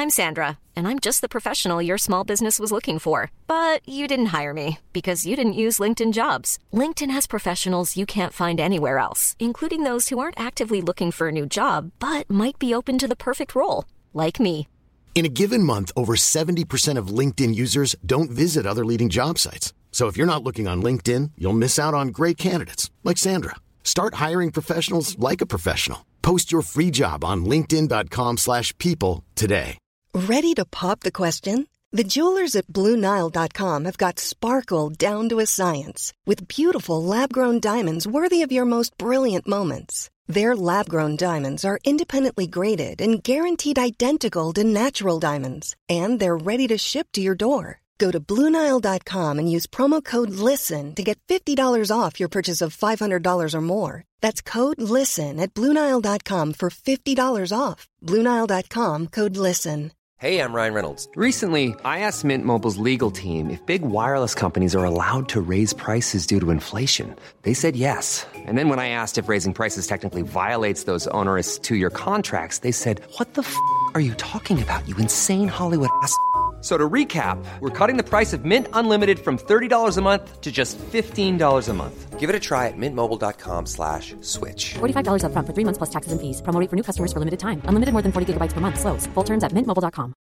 I'm Sandra, and I'm just the professional your small business was looking for. But you didn't hire me because you didn't use LinkedIn Jobs. LinkedIn has professionals you can't find anywhere else, including those who aren't actively looking for a new job, but might be open to the perfect role, like me. In a given month, over 70% of LinkedIn users don't visit other leading job sites. So if you're not looking on LinkedIn, you'll miss out on great candidates like Sandra. Start hiring professionals like a professional. Post your free job on linkedin.com/people today. Ready to pop the question? The jewelers at BlueNile.com have got sparkle down to a science with beautiful lab-grown diamonds worthy of your most brilliant moments. Their lab-grown diamonds are independently graded and guaranteed identical to natural diamonds, and they're ready to ship to your door. Go to BlueNile.com and use promo code LISTEN to get $50 off your purchase of $500 or more. That's code LISTEN at BlueNile.com for $50 off. BlueNile.com, code LISTEN. Hey, I'm Ryan Reynolds. Recently, I asked Mint Mobile's legal team if big wireless companies are allowed to raise prices due to inflation. They said yes. And then when I asked if raising prices technically violates those onerous two-year contracts, they said, "What the f*** are you talking about, you insane Hollywood ass?" So to recap, we're cutting the price of Mint Unlimited from $30 a month to just $15 a month. Give it a try at mintmobile.com/switch. $45 up front for 3 months plus taxes and fees. Promo rate for new customers for limited time. Unlimited more than 40 gigabytes per month. Slows full terms at mintmobile.com.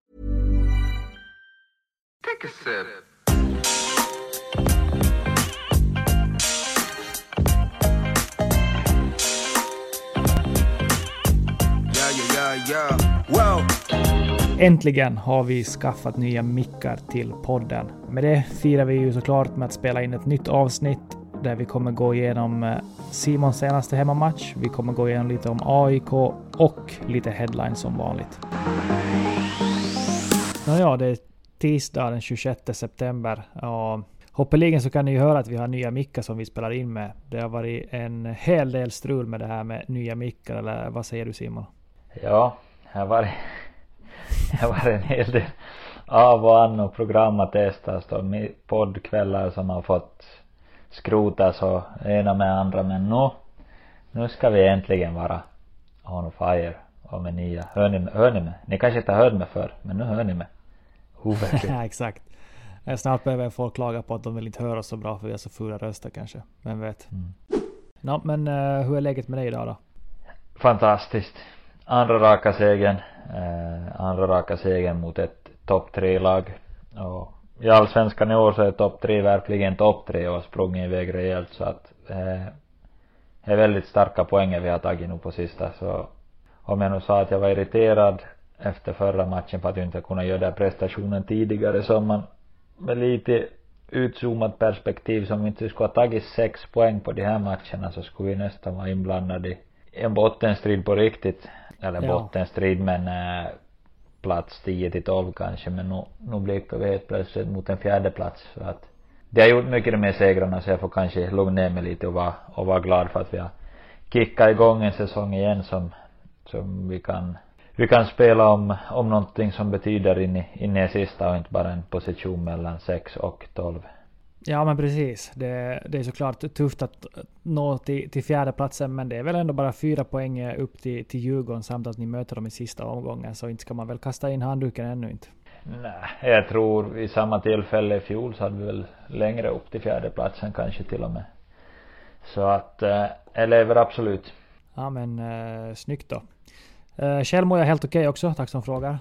Take a sip. Yeah. Wow. Äntligen har vi skaffat nya mickar till podden. Med det firar vi ju såklart med att spela in ett nytt avsnitt där vi kommer gå igenom Simons senaste hemmamatch. Vi kommer gå igenom lite om AIK och lite headlines som vanligt. Ja, det är tisdag den 26 september. Och hoppeligen så kan ni ju höra att vi har nya mickar som vi spelar in med. Det har varit en hel del strul med det här med nya mickar, eller vad säger du, Simon? Ja, här var en hel del av och an och program att testas och poddkvällar som har fått skrotas och ena med andra, men nu ska vi äntligen vara on fire och med nya. Hör ni med? Ni kanske inte hörde mig för, men nu hör ni mig. Ja, exakt. Snart behöver folk klaga på att de vill inte höra så bra för vi har så fula röster kanske. Vem vet. Men hur är läget med dig idag då? Fantastiskt. Andra raka segern mot ett topp 3-lag. Och i allsvenskan i år så är topp 3 verkligen topp 3 och har sprungit iväg rejält, så att är väldigt starka poänger vi har tagit nu på sista. Så om jag nu sa att jag var irriterad efter förra matchen på att jag inte kunde göra den prestationen tidigare, så man med lite utzoomat perspektiv som inte skulle ha tagit 6 poäng på de här matcherna, så skulle vi nästan vara inblandade i en bottenstrid på riktigt. Eller bottenstrid, men plats 10-12 kanske, men nu blickar vi helt plötsligt mot en fjärde plats. Så att det har gjort mycket med segrarna, så jag får kanske lugna ner mig lite och vara glad för att vi har kickat igång en säsong igen som vi kan spela om någonting som betyder in i sista och inte bara en position mellan 6 och 12. Ja, men precis. Det är såklart tufft att nå till fjärde platsen, men det är väl ändå bara 4 poäng upp till Djurgården samt att ni möter dem i sista omgången, så inte ska man väl kasta in handduken ännu inte. Nej, jag tror i samma tillfälle i fjol så hade vi väl längre upp till fjärde platsen kanske till och med. Så att jag lever absolut. Ja, men snyggt då. Själv mår jag helt okej också, tack som frågar.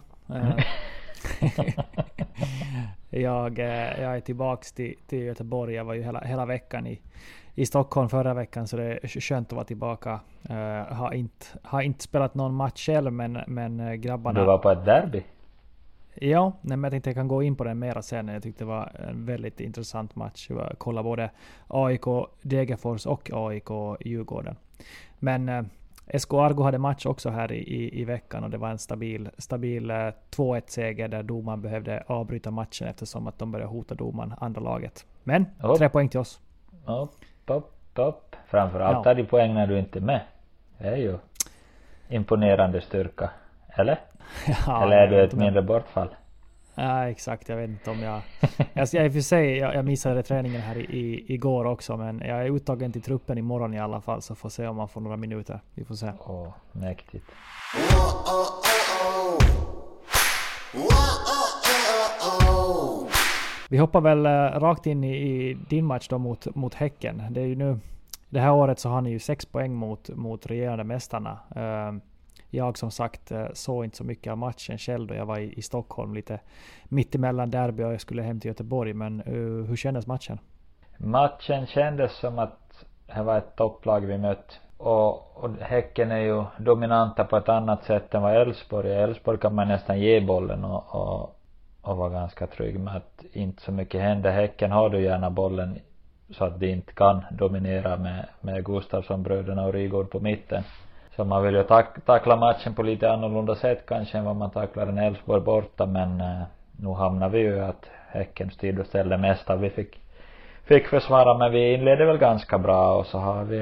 Jag är tillbaks till Göteborg. Jag var ju hela veckan i Stockholm förra veckan, så det är skönt att vara tillbaka. Har inte spelat någon match själv, men grabbarna... Du var på ett derby? Ja, men jag tänkte jag kan gå in på den mera sen. Jag tyckte det var en väldigt intressant match. Jag kollade både AIK Degerfors och AIK Djurgården. Men SK Argo hade match också här i veckan, och det var en stabil 2-1-seger där domaren behövde avbryta matchen eftersom att de började hota domaren, andra laget. Men 3 poäng till oss. Topp. Framförallt tar du poäng när du inte är med. Det är ju imponerande styrka. Eller? Ja, eller är det ett mindre bortfall? Ja, exakt. Jag vet inte om jag i och för sig, jag missade träningen här igår också, men jag är uttagen till truppen imorgon i alla fall, så får se om man får några minuter. Vi får se. Mäktigt. Vi hoppar väl rakt in i din match då mot Häcken. Det är ju nu, det här året så har ni ju 6 poäng mot regerande mästarna. Jag som sagt såg inte så mycket av matchen själv då jag var i Stockholm lite mitt emellan derby och jag skulle hem till Göteborg. Men hur kändes matchen? Matchen kändes som att det var ett topplag vi mött. Och Häcken är ju dominanta på ett annat sätt än vad Elfsborg är. Elfsborg kan man nästan ge bollen och vara ganska trygg med att inte så mycket händer. Häcken har du gärna bollen så att de inte kan dominera med Gustafsson-bröderna och Rygård på mitten. Så man vill ju tackla matchen på lite annorlunda sätt kanske än vad man tacklar en Elfsborg borta. Men nu hamnar vi ju att Häcken styrde och ställde mesta. Vi fick försvara, men vi inledde väl ganska bra och så har vi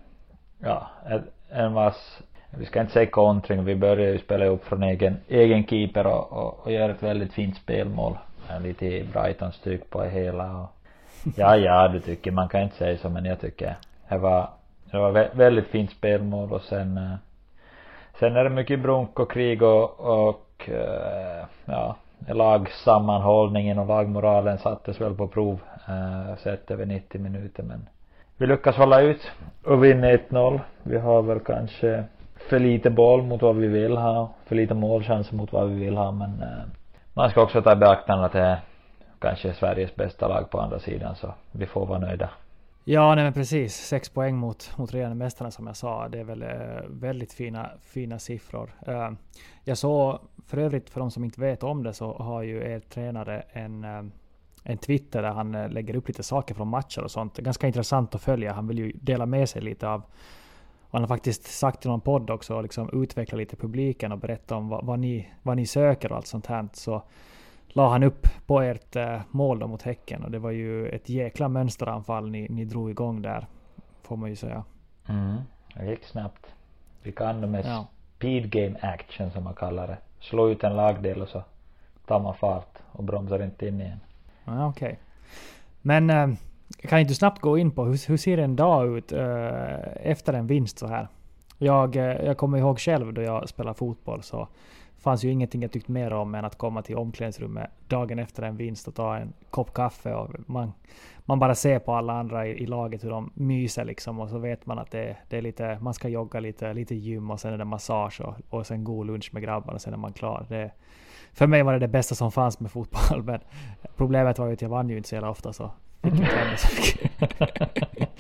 en vass, vi ska inte säga kontring, vi börjar ju spela upp från egen keeper och gör ett väldigt fint spelmål. Lite i Brightons typ på hela och ja det tycker man kan inte säga så, men jag tycker det var väldigt fint spelmål. Och sen är det mycket brunk och krig och lagsammanhållningen och lagmoralen sattes väl på prov sett över 90 minuter, men vi lyckas hålla ut och vinna 1-0. Vi har väl kanske för lite boll mot vad vi vill ha, för lite målchanser mot vad vi vill ha, men man ska också ta i beaktande att det är kanske Sveriges bästa lag på andra sidan, så vi får vara nöjda. Ja, nej men precis. 6 poäng mot regerande mästarna som jag sa. Det är väl väldigt fina siffror. Jag såg för övrigt, för de som inte vet om det, så har ju er tränare en Twitter där han lägger upp lite saker från matcher och sånt. Ganska intressant att följa. Han vill ju dela med sig lite av, och han har faktiskt sagt i någon podd också, liksom utveckla lite publiken och berätta om vad ni söker och allt sånt här. Så la han upp på ert mål då mot Häcken, och det var ju ett jäkla mönsteranfall ni drog igång där, får man ju säga. Det gick snabbt. Vi kan med speed game action som man kallar det. Slå ut en lagdel och så tar man fart och bromsar inte in igen. Ja, okej. Men kan inte du snabbt gå in på hur ser en dag ut efter en vinst så här? Jag kommer ihåg själv då jag spelade fotboll, så fanns ju ingenting jag tyckte mer om än att komma till omklädningsrummet dagen efter en vinst och ta en kopp kaffe, och man bara ser på alla andra i laget hur de myser liksom, och så vet man att det är lite, man ska jogga lite gym och sen är det massage och sen god lunch med grabbarna och sen är man klar. För mig var det bästa som fanns med fotboll, men problemet var ju att jag vann ju inte så jävla ofta, så fick inte hända så mycket.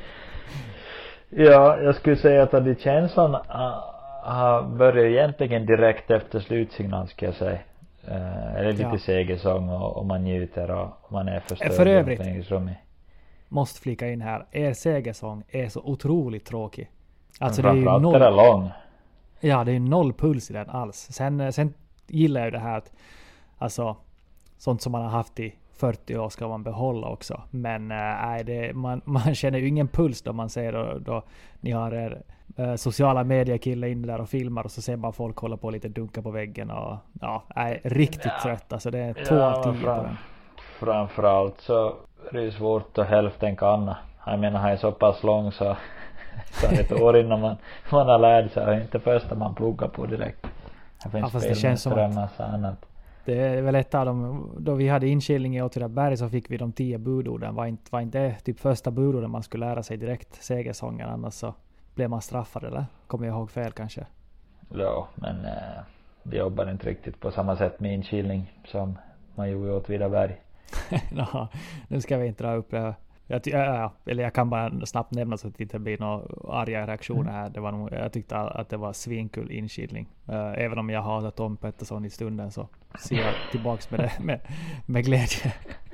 Ja, jag skulle säga att det känslan börjar egentligen direkt efter slutsignal, ska jag säga. Eller lite segersång och man njuter och man är förstörd. För övrigt måste flika in här, er segersång är så otroligt tråkig. Alltså det är ju noll, är lång. Ja, det är 0 puls i den alls. Sen gillar jag det här att alltså sånt som man har haft i 40 år ska man behålla också. Men man känner ju ingen puls då man ser då ni har er sociala medier kille in där och filmar, och så ser man folk hålla på lite dunka på väggen och är riktigt trött. Alltså det är 2 av 10 på den. Framförallt så är det svårt att hälften kanna. Jag menar, han är så pass lång så ett år innan man har lärt sig, och inte första man pluggar på direkt. Fast det känns som att annat. Det är väl ett av dem, då vi hade inkilning i Åtvidaberg så fick vi de 10 budorden. Var inte typ första budorden man skulle lära sig direkt segersången, annars så blev man straffad, eller? Kommer jag ihåg fel kanske? Ja, men vi jobbar inte riktigt på samma sätt med inkilning som man gjorde i Åtvidaberg. Nu ska vi inte dra upp det. Jag kan bara snabbt nämna så att det inte blir några arga reaktioner här. Det var nog, jag tyckte att det var svinkul inkilning. Även om jag har Tom Pettersson i stunden, så ser jag tillbaks med det med glädje.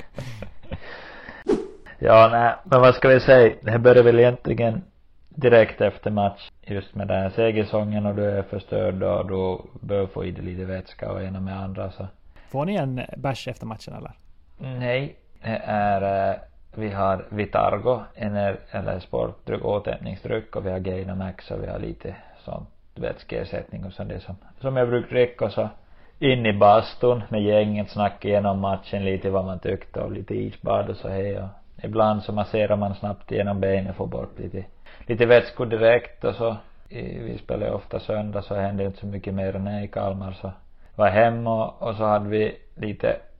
Ja, nej, men vad ska vi säga? Det börjar väl egentligen direkt efter match, just med den här segersången, och du är förstörd och då bör få i det lite vätska och ena med andra. Så. Får ni en bärs efter matchen eller? Nej, det är vi har Vitargo, eller sportdryck, återhämtningsdryck, och vi har Gainamax och vi har lite sånt vätskeersättning och så det som jag brukar dricka, så in i bastun med gänget, snacka igenom matchen lite, vad man tyckte, och lite isbad och så här, och ibland så masserar man snabbt igenom benen, får bort lite vätskor direkt, och så vi spelar ju ofta söndag, så hände inte så mycket mer än i Kalmar, så var hemma och så hade vi lite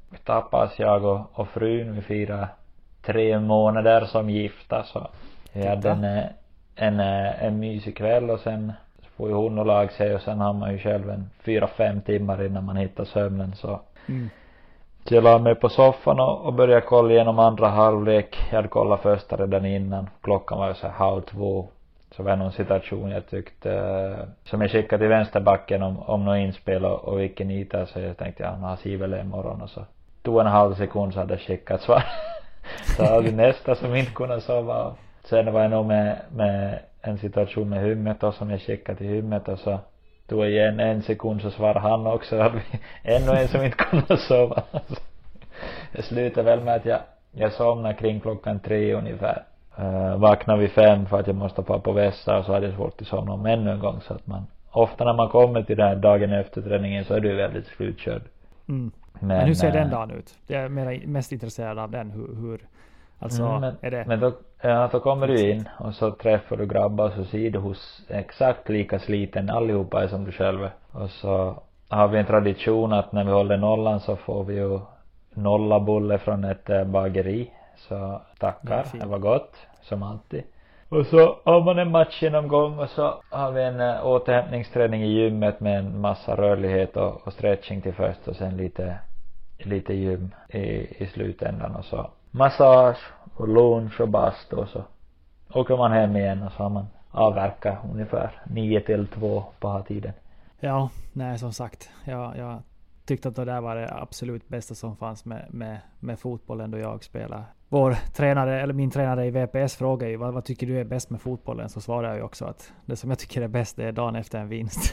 vi tappas jag och frun, vi firar 3 månader som gifta, så vi hade en mysig kväll och sen får ju hon och lag sig och sen har man ju själv en 4-5 timmar innan man hittar sömnen, så så jag la mig på soffan och började kolla igenom andra halvlek. Jag hade kollat första redan innan, klockan var ju så här 1:30. Så var det någon situation jag tyckte som jag skickade till vänsterbacken om något inspel och vilken yta, så jag tänkte han har Sivele imorgon, och så 2,5 sekund så hade jag skickat svar. Så hade nästa som inte kunde sova. Sen var jag nog med en situation med Hymmet och som jag skickade till Hymmet, och så tog jag igen 1 sekund så svarade han också. Så hade vi ännu en som inte kunde sova. Jag slutade väl med att jag somnade kring klockan 3 ungefär. Vaknade vid 5 för att jag måste på vässa, och så hade jag svårt att somna om ännu en gång, så att man ofta när man kommer till den här dagen efter träningen så är du väldigt slutkörd. Men hur ser den dagen ut? Jag är mest intresserad av den, hur alltså är det? Men då kommer du in och så träffar du grabbar och så ser du hos exakt lika sliten allihopa är som du själv är. Och så har vi en tradition att när vi håller nollan så får vi ju nollabulle från ett bageri. Så tackar, det var gott som alltid. Och så har man en matchgenomgång och så har vi en återhämtningsträning i gymmet med en massa rörlighet och stretching till först, och sen lite gym i slutändan, och så massage och lunch och bastu, och så åker man hem igen och så har man avverkat ungefär 9-2 på tiden. Ja, nej, som sagt, jag tyckte att det där var det absolut bästa som fanns med fotbollen då jag spelade. Min tränare i VPS frågade ju vad tycker du är bäst med fotbollen, så svarade jag ju också att det som jag tycker är bäst är dagen efter en vinst.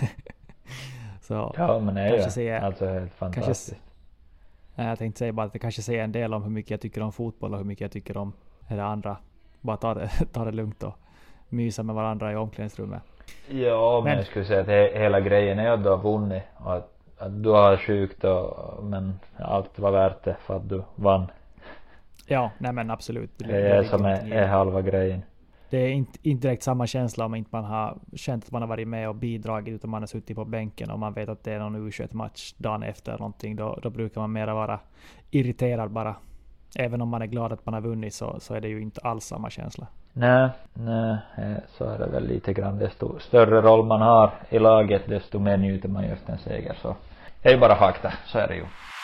Så ja, men det är ju alltså helt fantastiskt. Jag tänkte säga bara att det kanske säger en del om hur mycket jag tycker om fotboll och hur mycket jag tycker om det andra. Bara ta det lugnt och mysa med varandra i omklädningsrummet. Ja, men jag skulle säga att hela grejen är att du har vunnit och att du har sjukt men allt var värt det för att du vann. Ja, nej men absolut. Det är som är halva grejen. Det är inte direkt samma känsla om inte man har känt att man har varit med och bidragit, utan man har suttit på bänken och man vet att det är någon U21-match dagen efter någonting. Då brukar man mera vara irriterad bara. Även om man är glad att man har vunnit så är det ju inte alls samma känsla. Nej, så är det väl lite grann. Desto större roll man har i laget, desto mer njuter man just en seger. Så det är ju bara fakta, så är det ju.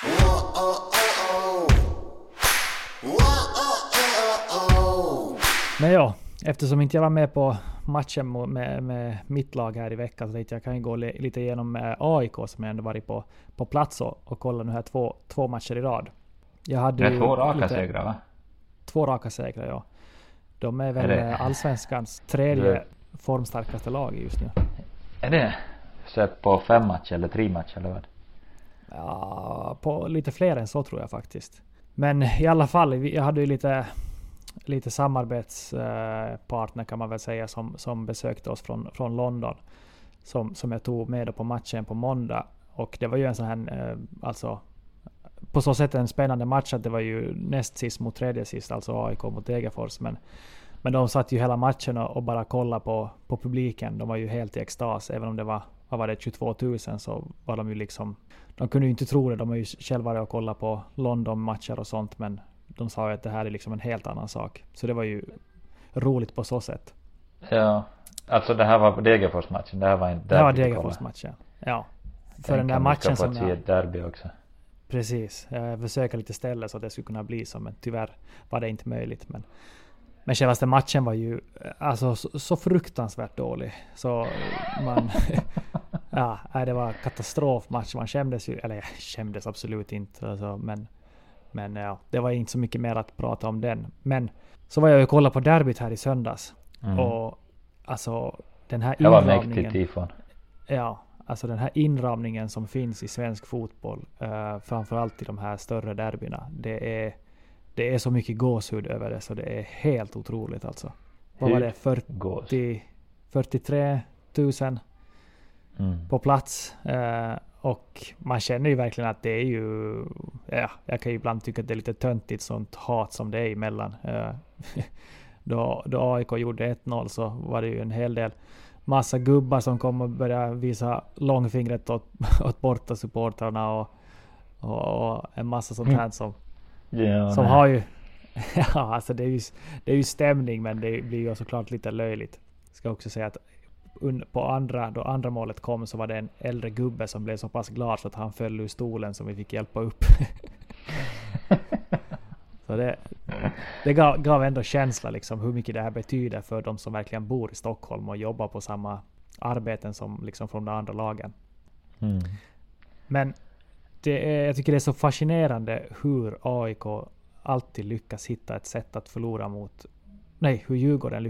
Men ja, eftersom inte jag var med på matchen med mitt lag här i veckan, så tänkte jag kan gå lite igenom AIK som jag ändå varit på plats och kolla nu här två matcher i rad. Jag hade det är 2 raka segrar, va? 2 raka segrar, ja. De är väl allsvenskans 3:e formstarkaste lag just nu. Är det sett på 5 matcher eller 3 matcher eller vad? Ja, på lite fler än så tror jag faktiskt. Men i alla fall, jag hade ju lite samarbetspartner kan man väl säga som besökte oss från London som jag tog med på matchen på måndag, och det var ju en sån här alltså på så sätt en spännande match att det var ju näst sist mot tredje sist, alltså AIK mot Degerfors, men de satt ju hela matchen och bara kollade på publiken. De var ju helt i extas, även om det var det 22 000 så var de ju liksom, de kunde ju inte tro det. De har ju själva och kolla på London-matcher och sånt, men de sa ju att det här är liksom en helt annan sak. Så det var ju roligt på så sätt. Ja, alltså det här var Degerfors-matchen. Det här var inte derby. Det var Degerfors-matchen, ja. För den där matchen som jag... ett derby också. Precis, jag försöker lite ställa så att det skulle kunna bli så, men tyvärr var det inte möjligt. Men självaste matchen var ju alltså så fruktansvärt dålig. Så man... ja, det var katastrofmatch. Man skämdes absolut inte. Alltså, men ja, det var inte så mycket mer att prata om den. Men så var jag ju kolla på derbyt här i söndags. Och alltså den här inramningen... Jag var mäktig tifon. Ja, alltså den här inramningen som finns i svensk fotboll, framförallt i de här större derbyna, det är så mycket gåshud över det, så det är helt otroligt alltså. Vad var det? 43 000 på plats. Och man känner ju verkligen att det är ju, ja, jag kan ju ibland tycka att det är lite töntigt sånt hat som det är emellan. Då AIK gjorde 1-0 så var det ju en hel del massa gubbar som kom och började visa långfingret åt borta supportrarna och och en massa sånt här som har ju ja, alltså det är ju stämning, men det blir ju såklart lite löjligt. Ska också säga att då andra målet kom så var det en äldre gubbe som blev så pass glad så att han föll ur stolen som vi fick hjälpa upp. Så det gav ändå känsla liksom hur mycket det här betyder för de som verkligen bor i Stockholm och jobbar på samma arbeten som liksom från de andra lagen. Men jag tycker det är så fascinerande hur AIK alltid lyckas hitta ett sätt att förlora mot... Nej, hur Djurgården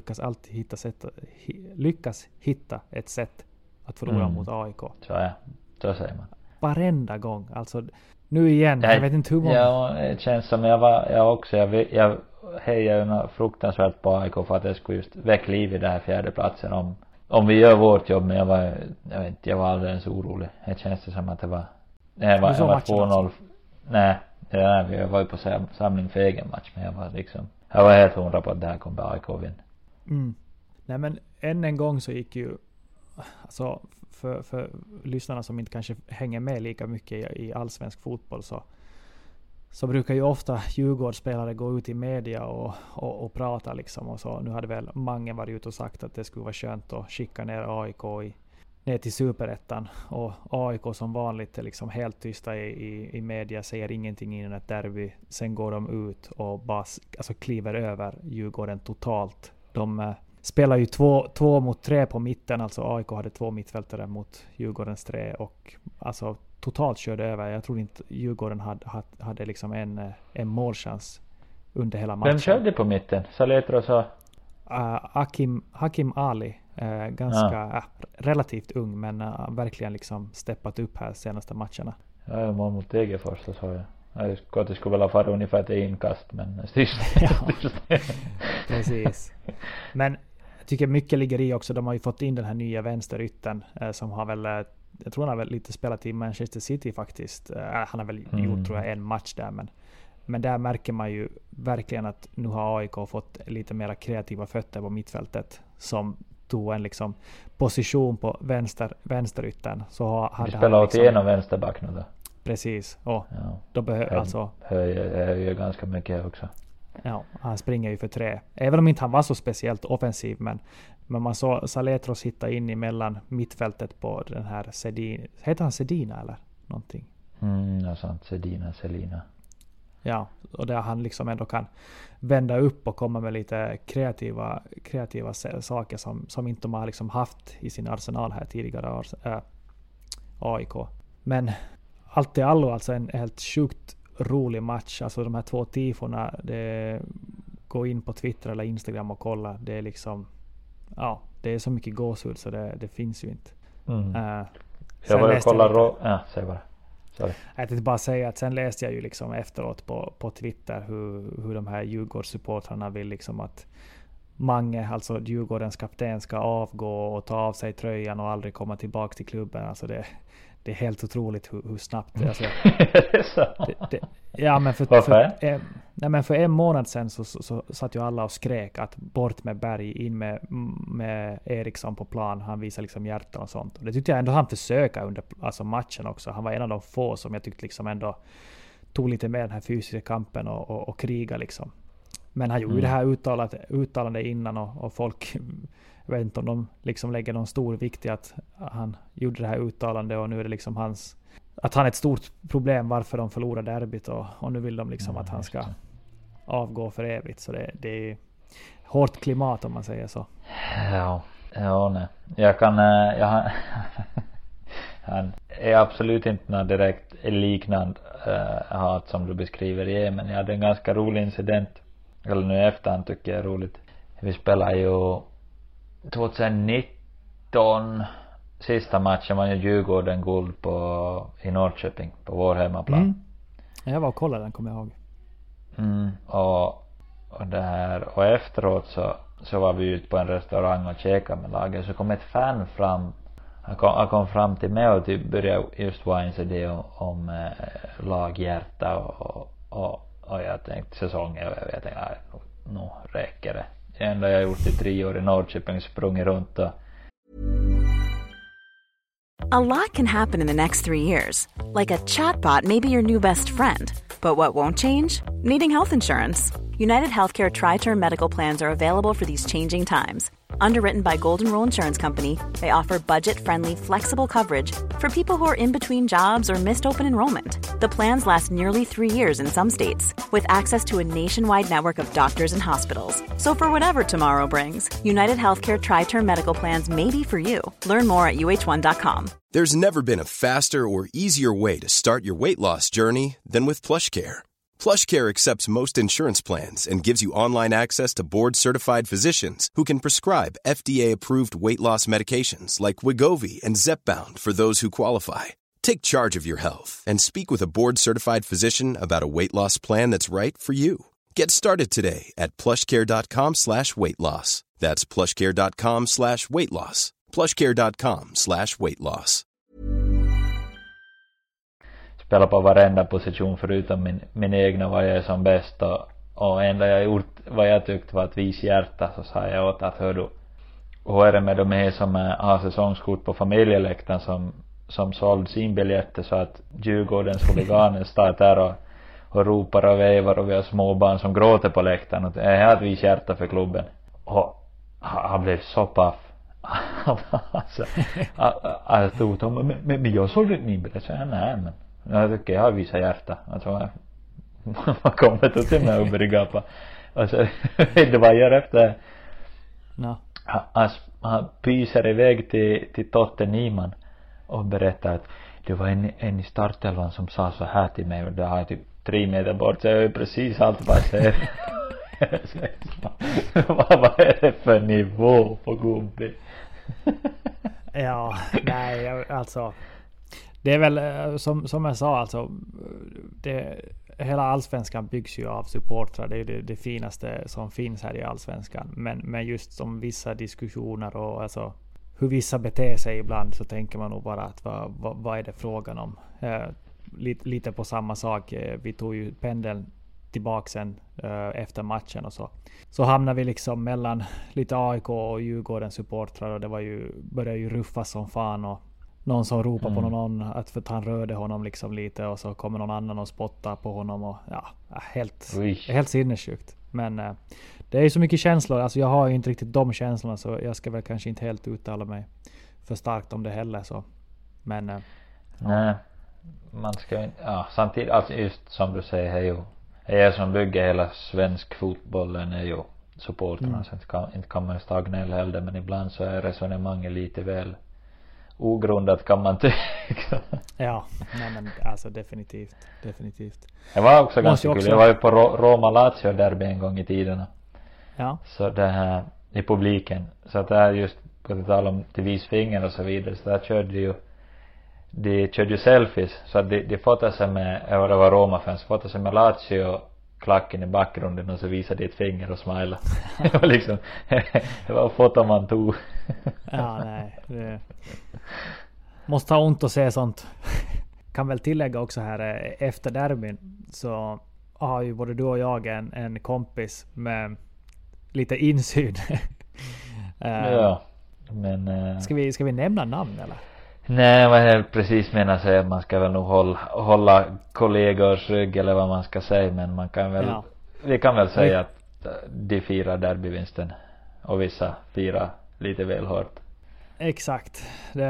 lyckas hitta ett sätt att förlora mot AIK. Så säger man. Varenda gång. Alltså, nu igen, jag vet inte hur många... Ja, det känns som jag hejar ju fruktansvärt på AIK för att det skulle just väcka liv i den här fjärde platsen om vi gör vårt jobb, men jag var alldeles orolig. Det känns det som att det var 2-0. Nej, jag var ju på samling för egen match, men jag var helt hundra på att det här kommer AIK vinna. Nej, men än en gång så gick ju, alltså för lyssnarna som inte kanske hänger med lika mycket i allsvensk fotboll, så brukar ju ofta Djurgårdsspelare gå ut i media och prata liksom, och så. Nu hade väl många varit ute och sagt att det skulle vara skönt att skicka ner AIK ner till Superettan, och AIK som vanligt är liksom helt tysta i media, säger ingenting innan ett derby. Sen går de ut och bara kliver över Djurgården totalt. De spelar ju 2-mot-3 på mitten, alltså AIK hade 2 mittfältare mot Djurgårdens 3 och alltså totalt körde över. Jag tror inte Djurgården hade liksom en målchans under hela matchen. Vem körde på mitten? Saletros och Hakim Ali, ganska relativt ung, men verkligen liksom steppat upp här senaste matcherna. Ja, mål mot Degerfors så sa jag. Jag skulle väl ha farit ungefär till inkast, men precis. Men jag tycker mycket ligger i också. De har ju fått in den här nya vänsterytten som har väl, jag tror han har väl lite spelat i Manchester City faktiskt. Han har väl gjort, tror jag, en match där, men där märker man ju verkligen att nu har AIK fått lite mer kreativa fötter på mittfältet som tog en liksom position på vänsterytten. Så hade vi spelar åt liksom, en vänsterback nu då. Precis. Och då behöver alltså höjer ganska mycket också. Ja, han springer ju för 3. Även om inte han var så speciellt offensiv, men man såg Saletros hitta in emellan mittfältet på den här Sedin. Heter han Sedina eller någonting? Ja, sant. Selina. Ja, och där han liksom ändå kan vända upp och komma med lite kreativa saker som inte de har liksom haft i sin arsenal här tidigare, AIK. Men allt i allo alltså en helt sjukt rolig match. Alltså de här 2 tiforna, gå in på Twitter eller Instagram och kolla. Det är liksom, det är så mycket gåshud så det finns ju inte. Jag var och kollade säg bara. Sorry. Jag tänkte bara säga att sen läste jag ju liksom efteråt på Twitter hur de här Djurgårdssupportrarna vill liksom att Mange, alltså Djurgårdens kapten, ska avgå och ta av sig tröjan och aldrig komma tillbaka till klubben. Alltså det är helt otroligt hur snabbt det alltså, ja, men för en månad sedan så satt ju alla och skrek att bort med Berg, in med Eriksson på plan. Han visar liksom hjärta och sånt. Och det tyckte jag ändå han försöka under alltså matchen också. Han var en av de få som jag tyckte liksom ändå tog lite mer den här fysiska kampen och kriga liksom. Men han gjorde det här uttalande innan och folk, jag vet inte om de liksom lägger någon stor vikt i att han gjorde det här uttalandet, och nu är det liksom att han är ett stort problem varför de förlorar derbyt, och nu vill de liksom att han ska avgå för evigt. Så det är hårt klimat om man säger så. Ja, nej. Han är absolut inte någon direkt liknande hat som du beskriver men jag hade en ganska rolig incident, eller nu efterhand tycker jag är roligt. Vi spelade ju 2019, sista matchen var ju Djurgården guld i Norrköping på vår hemmaplan. Jag var och kollade den, kommer jag ihåg. Och det här, och efteråt så var vi ute på en restaurang och käkade med laget, så kom ett fan fram. Han kom fram till mig och typ började just vara en idé om laghjärta och jag tänkte säsongen, och jag tänkte nu räcker det. Det enda jag gjort i 3 år i Norrköping, sprungit runt och A lot can happen in the next 3 years. Like a chatbot may be your new best friend. But what won't change? Needing health insurance. United Healthcare Tri-Term Medical Plans are available for these changing times. Underwritten by Golden Rule Insurance Company, they offer budget-friendly, flexible coverage for people who are in between jobs or missed open enrollment. The plans last nearly 3 years in some states, with access to a nationwide network of doctors and hospitals. So for whatever tomorrow brings, United Healthcare Tri-Term Medical Plans may be for you. Learn more at uh1.com. There's never been a faster or easier way to start your weight loss journey than with PlushCare. PlushCare accepts most insurance plans and gives you online access to board-certified physicians who can prescribe FDA-approved weight loss medications like Wegovy and Zepbound for those who qualify. Take charge of your health and speak with a board-certified physician about a weight loss plan that's right for you. Get started today at plushcare.com/weightloss. That's plushcare.com/weightloss. plushcare.com/weightloss. Spela på varenda position förutom min egna vad jag är som bäst och enda jag gjort vad jag tyckte var att visa hjärta, så sa jag åt att hör du, och är det med de här som har säsongskort på familjeläktaren som sålde sin biljetter så att Djurgårdens huliganer står där och ropar och vevar och vi har småbarn som gråter på läktaren och jag har att visa hjärta för klubben, och han blev så paff. Alltså, jag stod och men jag såg inte min biljett, så nej men jag tycker jag har visat hjärta. Alltså man kommer till mig och börjar gapa. Alltså det var jag efter. No. Han pyser iväg till Totte Nyman och berättar att det var en i startelvan som sa så här till mig, och det har typ 3 meter bort, så jag är precis allt vad jag säger. Vad är det för nivå på gubben? Ja, nej, alltså det är väl som jag sa, alltså hela allsvenskan byggs ju av supportrar. Det är det finaste som finns här i allsvenskan, men just som vissa diskussioner och alltså hur vissa beter sig ibland, så tänker man nog bara att vad är det frågan om? Lite på samma sak, vi tog ju pendeln tillbaka sen efter matchen och så hamnar vi liksom mellan lite AIK och Djurgården supportrar, och det började ju ruffas som fan, och någon som ropar på någon att för att han rörde honom liksom lite, och så kommer någon annan och spottar på honom, och ja, helt sinnessjukt. Men det är ju så mycket känslor, alltså jag har ju inte riktigt de känslorna, så jag ska väl kanske inte helt uttala mig för starkt om det heller, så men nej, man ska ja, samtidigt, alltså just som du säger, är som bygger hela svensk fotbollen är ju supporterna, så inte kan man stagnera heller, men ibland så är resonemanget lite väl ogrundat, kan man tycka. Ja, nej men alltså definitivt. Det var också ganska kul. Jag var ju på Roma-Lazio derby en gång i tiderna. Ja. Så det här i publiken, så att det här just på tal om till visfinger och så vidare, så där de körde ju selfies, så att de fotade sig med, det var Roma-fans, fotade sig med Lazio klacken i bakgrunden, och så visade de ett finger och smila. Det var liksom det var foto man tog. Ja, nej, det måste ha ont att se sånt. Kan väl tillägga också här, efter derbyn så har ju både du och jag en kompis med lite insyn. Ja, men ska vi nämna namn eller? Nej, vad jag precis menar sig att man ska väl nog hålla kollegors rygg, eller vad man ska säga, men man kan väl vi kan väl säga att de firar derbyvinsten och vissa firar lite väl hårt. Exakt.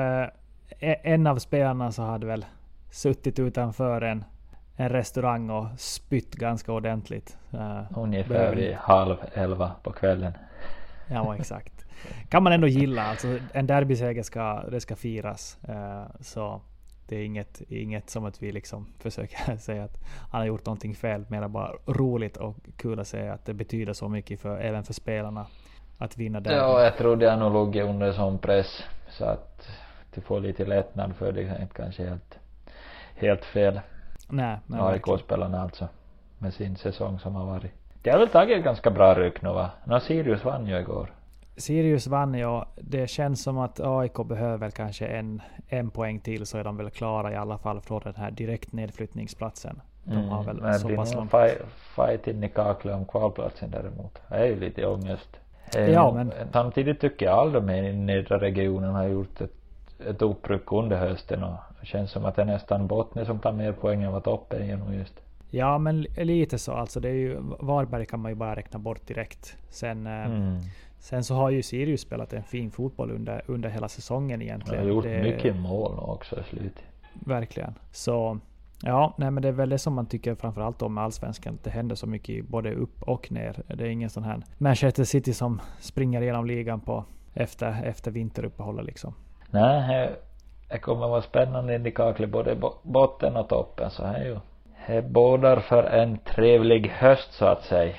En av spelarna så hade väl suttit utanför en restaurang och spytt ganska ordentligt. Ungefär vid 10:30 på kvällen. Ja, exakt. Kan man ändå gilla, alltså en derbyseger det ska firas, så det är inget som att vi liksom försöker säga att han har gjort någonting fel, men bara roligt och kul att säga att det betyder så mycket även för spelarna att vinna derby. Ja, jag tror det är nog låg under sån press, så att du får lite lättnad för det är inte kanske helt fel. Nej, AIK-spelarna alltså med sin säsong som har varit. Det har väl tagit ett ganska bra ryck nu, va? Sirius vann ju igår. Sirius vann, ja. Det känns som att AIK behöver väl kanske en poäng till, så är de väl klara i alla fall från den här direkt nedflyttningsplatsen. De har väl men så pass långt. Fight in i kaklet om kvalplatsen däremot. Det är ju lite ångest. Ja, men samtidigt tycker jag alla de här i nedre regionen har gjort ett uppryck under hösten och det känns som att det är nästan Bottne som tar mer poäng än vad Toppen igen just. Ja, men lite så. Alltså det är ju, Varberg kan man ju bara räkna bort direkt. Sen så har ju Sirius spelat en fin fotboll under hela säsongen egentligen. Jag har gjort mycket mål också i slutet. Verkligen. Så ja, nej, men det är väl det som man tycker framförallt om med Allsvenskan. Det händer så mycket både upp och ner. Det är ingen sån här Manchester City som springer igenom ligan efter vinteruppehållet liksom. Nej, det kommer vara spännande in i kaklet både botten och toppen, så här ju. Det bådar för en trevlig höst så att säga.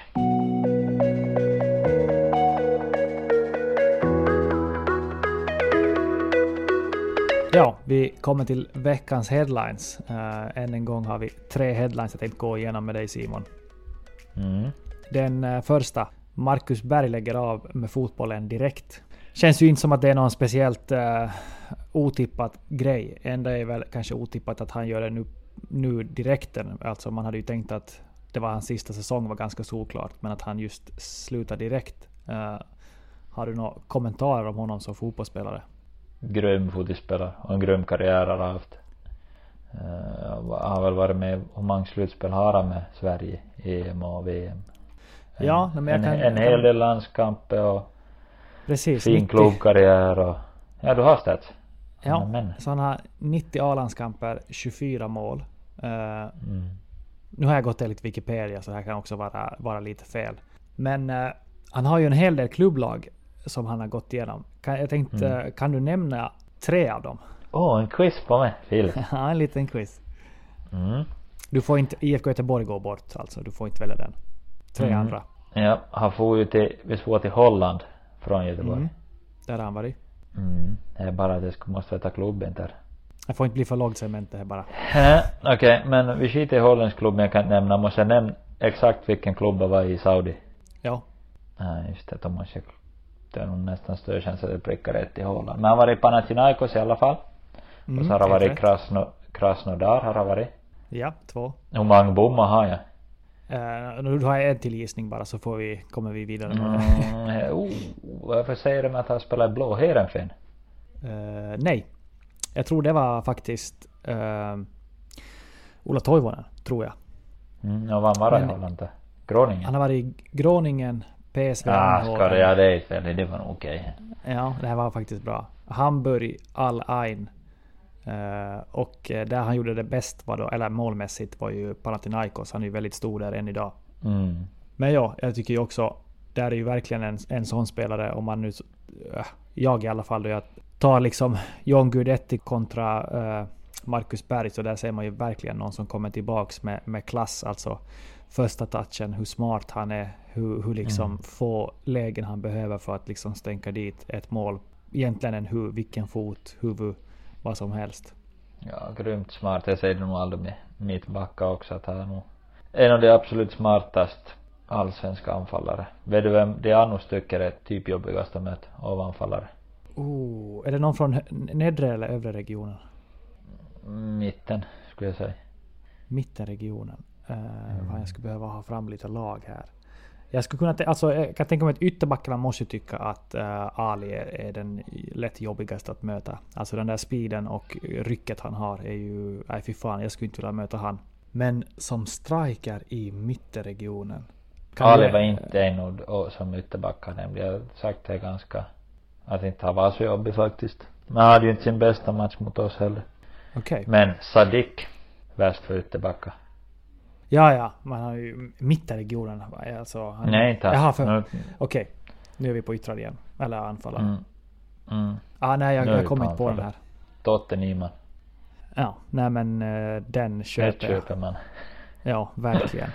Ja, vi kommer till veckans headlines. Än en gång har vi 3 headlines jag tänkte gå igenom med dig, Simon. Den första, Marcus Berg lägger av med fotbollen direkt. Känns ju inte som att det är någon speciellt otippat grej. Enda är väl kanske otippat att han gör det nu direkten. Alltså man hade ju tänkt att det var hans sista säsong, var ganska såklart. Men att han just slutar direkt. Har du några kommentarer om honom som fotbollsspelare? Grym fotbollsspelare och en grym karriär har haft. Har väl varit med hur många slutspel har han med Sverige, EM och VM. Ja, men en hel del landskamper och precis, fin klubbkarriär och ja, du har stats. Ja, så han har 90 A-landskamper, 24 mål. Nu har jag gått enligt Wikipedia, så det här kan också vara lite fel. Men han har ju en hel del klubblag som han har gått igenom. Jag tänkte, kan du nämna 3 av dem? En quiz på mig, Phil. Ja, en liten quiz. Du får inte, IFK Göteborg går bort, alltså. Du får inte välja den. 3 andra. Ja, han får ju vi får till Holland från Göteborg. Där har han varit. Det är bara att det måste veta klubben där. Jag får inte bli för lågt segment det här bara. Okej, men vi skiter i Hollands klubb, men jag kan nämna, måste jag nämna exakt vilken klubb det var i Saudi? Ja. Nej, just det, det är nog nästan större chans att det prickar rätt i Holland. Men han var i Panathinaikos i alla fall. Och så har han varit i Krasnodar har han varit. Ja, 2. Hur många bommar har jag? Nu har jag en till gissning bara, så kommer vi vidare. Varför säger de att han spelar i blå Heerenveen? Nej. Jag tror det var faktiskt Ola Toivonen, tror jag. Och vad var det i Holland? Groningen? Han har varit i Groningen, PSV. Det är fel. Det var nog okej. Ja, det här var faktiskt bra. Hamburg, Al Ain. Och där han gjorde det bäst var då, eller målmässigt, var ju Panathinaikos. Han är ju väldigt stor där än idag. Men ja, jag tycker ju också, där är ju verkligen en sån spelare, om man nu, jag i alla fall då, jag tar liksom John Guidetti kontra Marcus Berg, så där ser man ju verkligen någon som kommer tillbaks med klass, alltså första touchen, hur smart han är, hur liksom få lägen han behöver för att liksom stänka dit ett mål. Egentligen vilken fot, huvud, vad som helst. Ja, grymt smart. Jag säger nog aldrig med mitt backa också, att han är nog en av de absolut smartaste allsvenska anfallare. Vet du vem det annars tycker är typ jobbigast att möta av anfallare? Är det någon från nedre eller övre regionen? Mitten, skulle jag säga. Mittenregionen. Jag skulle behöva ha fram lite lag här. Jag skulle kunna jag kan tänka mig att ytterbackarna måste tycka att Ali är den lätt jobbigaste att möta. Alltså den där speeden och rycket han har är ju, nej fy fan, jag skulle inte vilja möta han. Men som striker i mittenregionen. Ali var inte en som ytterbackar, nämligen. Jag har sagt det ganska, att inte han var så jobbig faktiskt. Men han hade ju inte sin bästa match mot oss heller. Okay. Men Sadik, värst för ytterbackar. Ja, man har ju mittenregionen. Alltså, nej, inte. Okej, nu är vi på yttrar igen. Eller anfallare. Nej, jag kommer inte på den här. Totte Nyman. Ja, nej men den köper man. Ja, verkligen.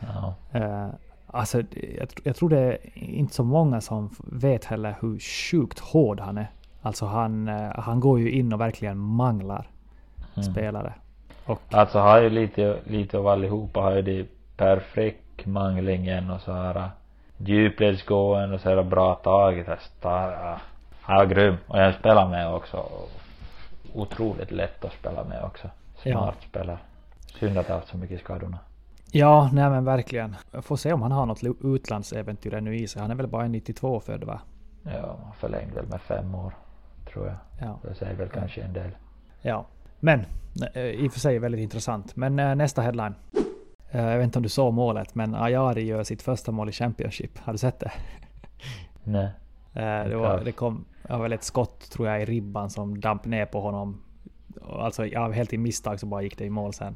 Alltså, jag tror det är inte så många som vet heller hur sjukt hård han är. Alltså han går ju in och verkligen manglar spelare. Och alltså har ju lite av allihopa, har ju det perfekt manglingen och så här djupledsgående och så här bra taget. Han är grym, och jag spelar med också. Otroligt lätt att spela med också. Smart spelare. Synd att ha haft så mycket skadorna. Ja, nej men verkligen. Jag får se om han har något utlandsäventyr ännu i sig. Han är väl bara 92 född, va? Ja, förlängd väl med 5 år. tror jag. Ja. Det säger väl kanske en del. Ja, men i och för sig väldigt intressant. Men nästa headline. Jag vet inte om du såg målet, men Ajari gör sitt första mål i Championship. Har du sett det? Nej. Det kom väl ett skott tror jag i ribban som damp ner på honom. Alltså helt i misstag så bara gick det i mål sen.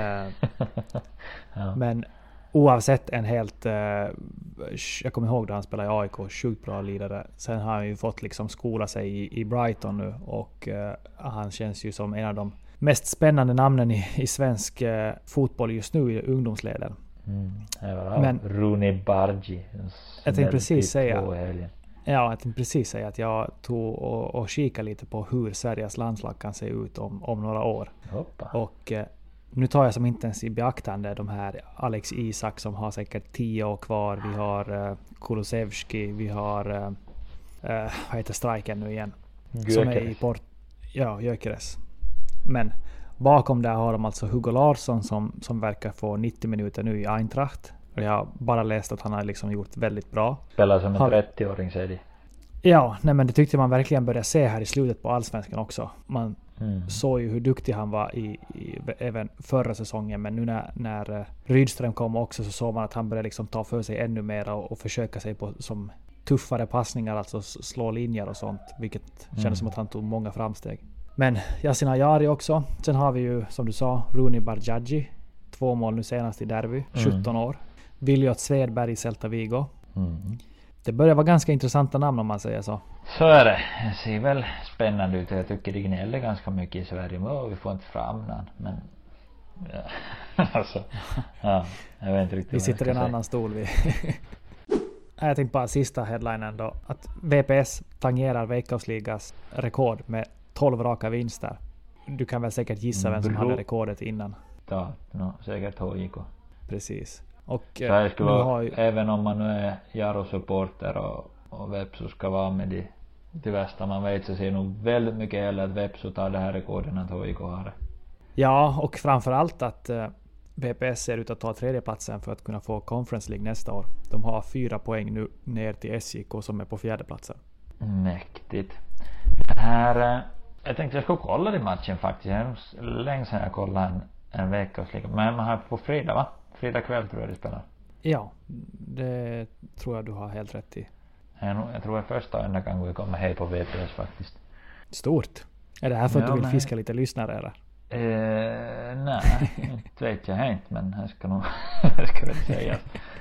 Ja. Men oavsett en helt... jag kommer ihåg då han spelade i AIK, sjukt bra lidare. Sen har han ju fått liksom skola sig i Brighton nu och han känns ju som en av de mest spännande namnen i svensk fotboll just nu i ungdomsleden. Men Rooney Bargi. Jag tänkte precis säga att jag tog och kika lite på hur Sveriges landslag kan se ut om några år. Hoppa. Och nu tar jag som inte ens i beaktande de här Alex Isak som har säkert 10 år kvar. Vi har Kulusevski, vi har vad heter striken nu igen? Gyökeres. Som är i Gyökeres. Men bakom där har de alltså Hugo Larsson som verkar få 90 minuter nu i Eintracht. Och jag har bara läst att han har liksom gjort väldigt bra. Spelar som en 30-åring säger de. Ja, nej, men det tyckte man verkligen började se här i slutet på Allsvenskan också. Man såg ju hur duktig han var även förra säsongen, men nu när Rydström kom också så såg man att han började liksom ta för sig ännu mer och försöka sig på som tuffare passningar, alltså slå linjer och sånt, vilket kändes som att han tog många framsteg. Men Yasin Ayari också. Sen har vi ju, som du sa, Rooney Bargiagi. 2 mål nu senast i derby. 17 år. Viljot Svedberg i Celta Vigo. Det börjar vara ganska intressanta namn om man säger så. Så är det. Det ser väl spännande ut. Jag tycker det gnäller ganska mycket i Sverige. Men vi får inte fram någon. Men alltså, ja, jag vet inte riktigt. Vi sitter i en annan stol. Jag tänkte bara sista headlinen då. Att VPS tangerar Veikkausligas rekord med 12 raka vinster. Du kan väl säkert gissa vem som hade rekordet innan. Ja, säkert HJK. Precis. Och det skulle vara, även om man nu är Jaro-supporter och Vepsu ska vara med det värsta man vet, så ser nog väldigt mycket hellre att Vepsu tar det här rekorden att HJK har det. Ja, och framförallt att VPS ser ut att ta 3:e platsen för att kunna få Conference League nästa år. De har 4 poäng nu ner till SJK som är på 4:e platsen. Mäktigt. Det här, jag tänkte jag skulle kolla i matchen faktiskt. Länge sedan jag kollade en Veikkausliga. Men man har på fredag, va? Fredag kväll tror jag det spelar. Ja, det tror jag du har helt rätt i. Jag tror jag första enda gången vi kommer hej på VPS faktiskt. Stort. Är det här för att du vill fiska lite lyssnare eller? Nej, inte vet jag inte, men jag ska nog jag ska väl säga.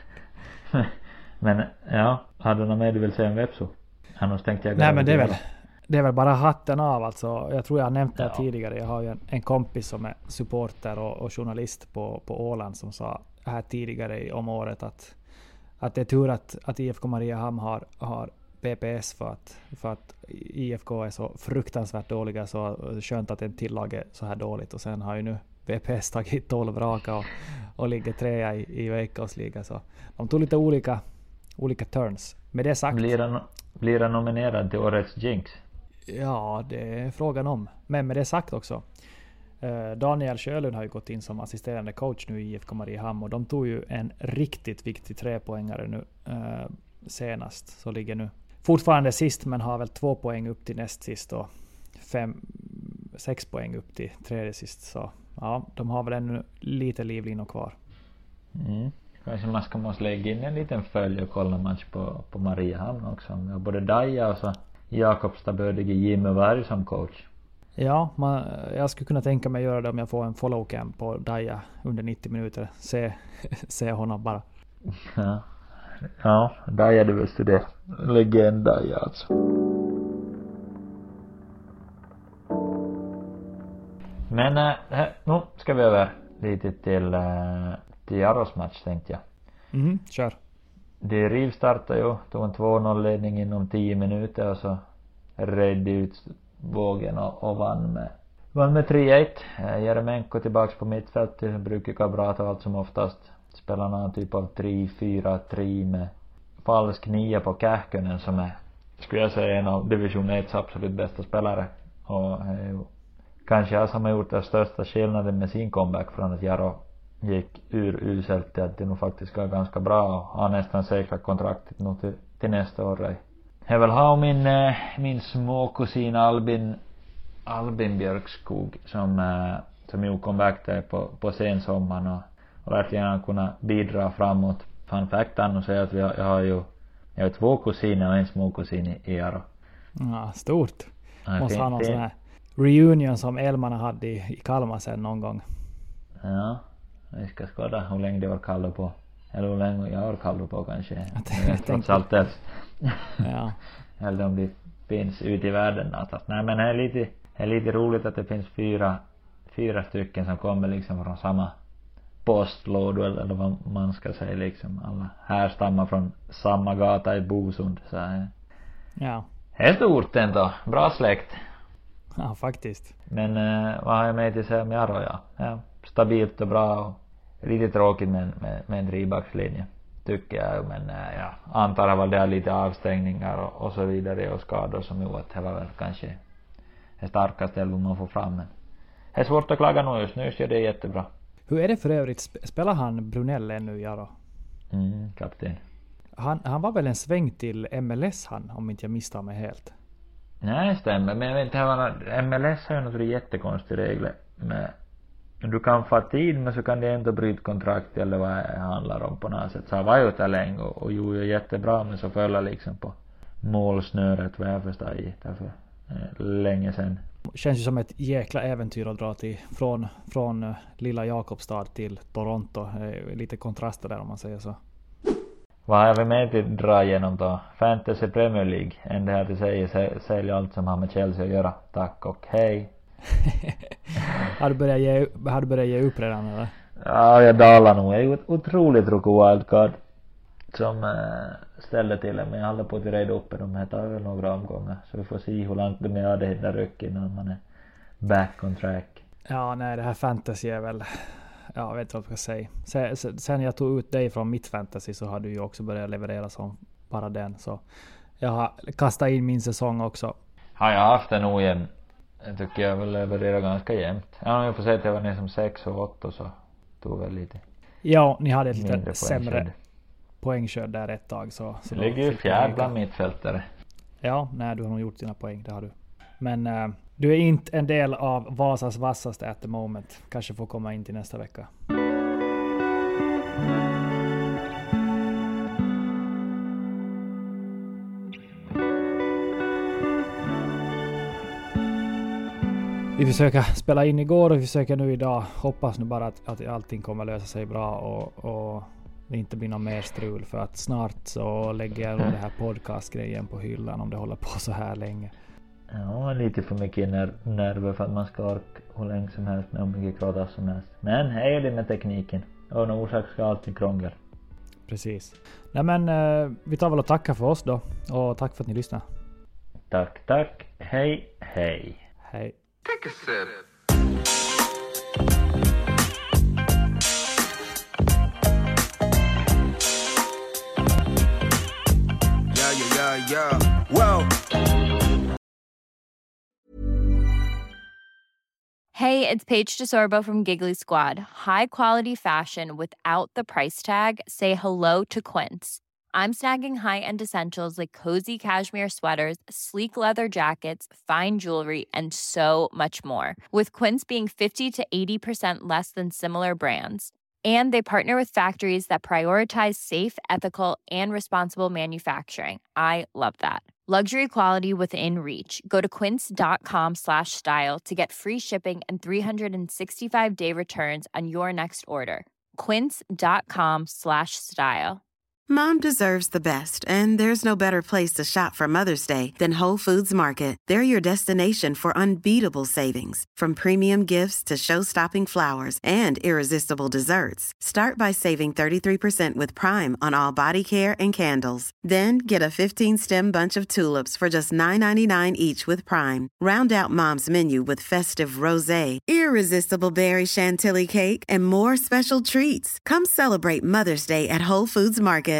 Men ja, hade du något mer du vill säga om Vepsu? Annars tänkte jag... Nej, men det är väl bara hatten av alltså. Jag tror jag har nämnt det tidigare. Jag har ju en kompis som är supporter och journalist på Åland som sa här tidigare om året att det är tur att IFK Mariehamn har PPS för att IFK är så fruktansvärt dåliga, så skönt att en tillag är så här dåligt. Och sen har ju nu PPS tagit 12 raka och ligger 3 i Veikkausliga, så de tog lite olika turns. Med det sagt, blir han nominerad till årets Jinx? Ja, det är frågan om. Men med det sagt också, Daniel Sjölund har ju gått in som assisterande coach nu i IFK Mariehamn, och de tog ju en riktigt viktig 3-poängare nu senast, så ligger nu fortfarande sist men har väl 2 poäng upp till näst sist och 6 poäng upp till tredje sist, så ja, de har väl ännu lite livlinor kvar. Kanske man måste lägga in en liten följ och kolla match på Mariehamn också. Vi har både Daja och så Jakobstad-bödige Jimmy Berg som coach. Ja, jag skulle kunna tänka mig göra det om jag får en follow-cam på Daja under 90 minuter. Se honom bara. Ja, Daja du vill studera. Legend Daja alltså. Men nu ska vi över lite till Jaros match tänkte jag. Kör. Det rivstartade ju, tog en 2-0-ledning inom 10 minuter och så redde ut vågen och vann med 3-1. Jeremenko tillbaks på mittfältet, brukar gå bra till allt som oftast. Spelar någon typ av 3-4-3 med falsk 9 på Kähkönen som är, skulle jag säga, en av division 1s absolut bästa spelare. Och kanske jag som har gjort den största skillnaden med sin comeback från att Jaro gick uselt till att det nog faktiskt går ganska bra och har nästan säkrat kontraktet nog till nästa år Jag vill ha min småkusin Albin Björkskog som ju kom back där på sensommaren och verkligen kunna bidra framåt. Fun fact annars är att jag har 2 kusiner och en småkusin i Aro. Ja, stort. Ja, måste ha någon sån här reunion som Elmarna hade i Kalmar sen någon gång. Ja, vi ska skåda hur länge det var kallt på. Eller hur länge jag har kallt på kanske. Trots allt det. Ja. Eller om det finns ute i världen. Nej, men det är lite roligt att det finns fyra stycken som kommer liksom från samma postlåd eller vad man ska säga liksom. Alla härstammar från samma gata i Bosund. Så ja. Det är stort ändå. Bra släkt. Ja, faktiskt. Men vad har jag med till att säga om Jaro? Ja, stabilt och bra och lite tråkigt med en drivbackslinje. Tycker jag, men jag antar att det är lite avstängningar och så vidare och skador som gjorde att det var väl kanske det starkaste älv man får fram. Men det är svårt att klaga nu just nu, så det är jättebra. Hur är det för övrigt? Spelar han Brunell ännu, Jaro? Kapten. Han var väl en sväng till MLS om inte jag misstar mig helt. Nej, stämmer. Men jag vet inte, MLS har ju något jättekonstig regler. Men du kan få tid, men så kan det ändå bryta kontrakt eller vad det handlar om på något sätt. Så han var ju där länge och gjorde jättebra, men så föll liksom på målsnöret vad jag förstår i därför länge sedan. Känns ju som ett jäkla äventyr att dra från lilla Jakobstad till Toronto. Lite kontraster där om man säger så. Vad har vi med till att dra igenom då? Fantasy Premier League. En det här till säger sälja allt som har med Chelsea att göra. Tack och hej. Har du börjat ge upp redan eller? Ja, jag dalar nog. Jag är ju ett otroligt rookie wildcard som ställer till det. Men jag håller på att reda upp de här tar väl några omgångar. Så vi får se hur långt de är det där rycken innan man är back on track. Ja, nej, det här fantasy är väl... Ja, jag vet inte vad jag ska säga. Sen jag tog ut dig från mitt fantasy så har du ju också börjat leverera som bara den. Så jag har kastat in min säsong också. Har jag haft en ojämn? Jag tycker jag vill leverera ganska jämnt. Ja, jag får säga att jag var ner som 6 och 8 så tog väl lite. Ja, ni hade ett lite sämre poängskörd där ett tag. Så det ligger ju fjärd bland mittfältare. Ja, nej, du har nog gjort dina poäng, det har du. Men du är inte en del av Vasas vassaste at the moment. Kanske får komma in till nästa vecka. Vi försöker spela in igår och vi försöker nu idag. Hoppas nu bara att allting kommer lösa sig bra och det inte blir någon mer strul. För att snart så lägger jag det här podcastgrejen på hyllan om det håller på så här länge. Ja, lite för mycket nerver för att man ska orka hur länge som helst med hur mycket krådar som helst. Men hej är det med tekniken. Och någon orsak ska alltid krångla. Precis. Nej men vi tar väl och tackar för oss då. Och tack för att ni lyssnar. Tack. Hej. Hej. Take a sip. Yeah. Whoa. Hey, it's Paige DeSorbo from Giggly Squad. High quality fashion without the price tag. Say hello to Quince. I'm snagging high-end essentials like cozy cashmere sweaters, sleek leather jackets, fine jewelry, and so much more. With Quince being 50 to 80% less than similar brands. And they partner with factories that prioritize safe, ethical, and responsible manufacturing. I love that. Luxury quality within reach. Go to quince.com/style to get free shipping and 365-day returns on your next order. Quince.com/style. Mom deserves the best, and there's no better place to shop for Mother's Day than Whole Foods Market. They're your destination for unbeatable savings, from premium gifts to show-stopping flowers and irresistible desserts. Start by saving 33% with Prime on all body care and candles. Then get a 15-stem bunch of tulips for just $9.99 each with Prime. Round out Mom's menu with festive rosé, irresistible berry chantilly cake, and more special treats. Come celebrate Mother's Day at Whole Foods Market.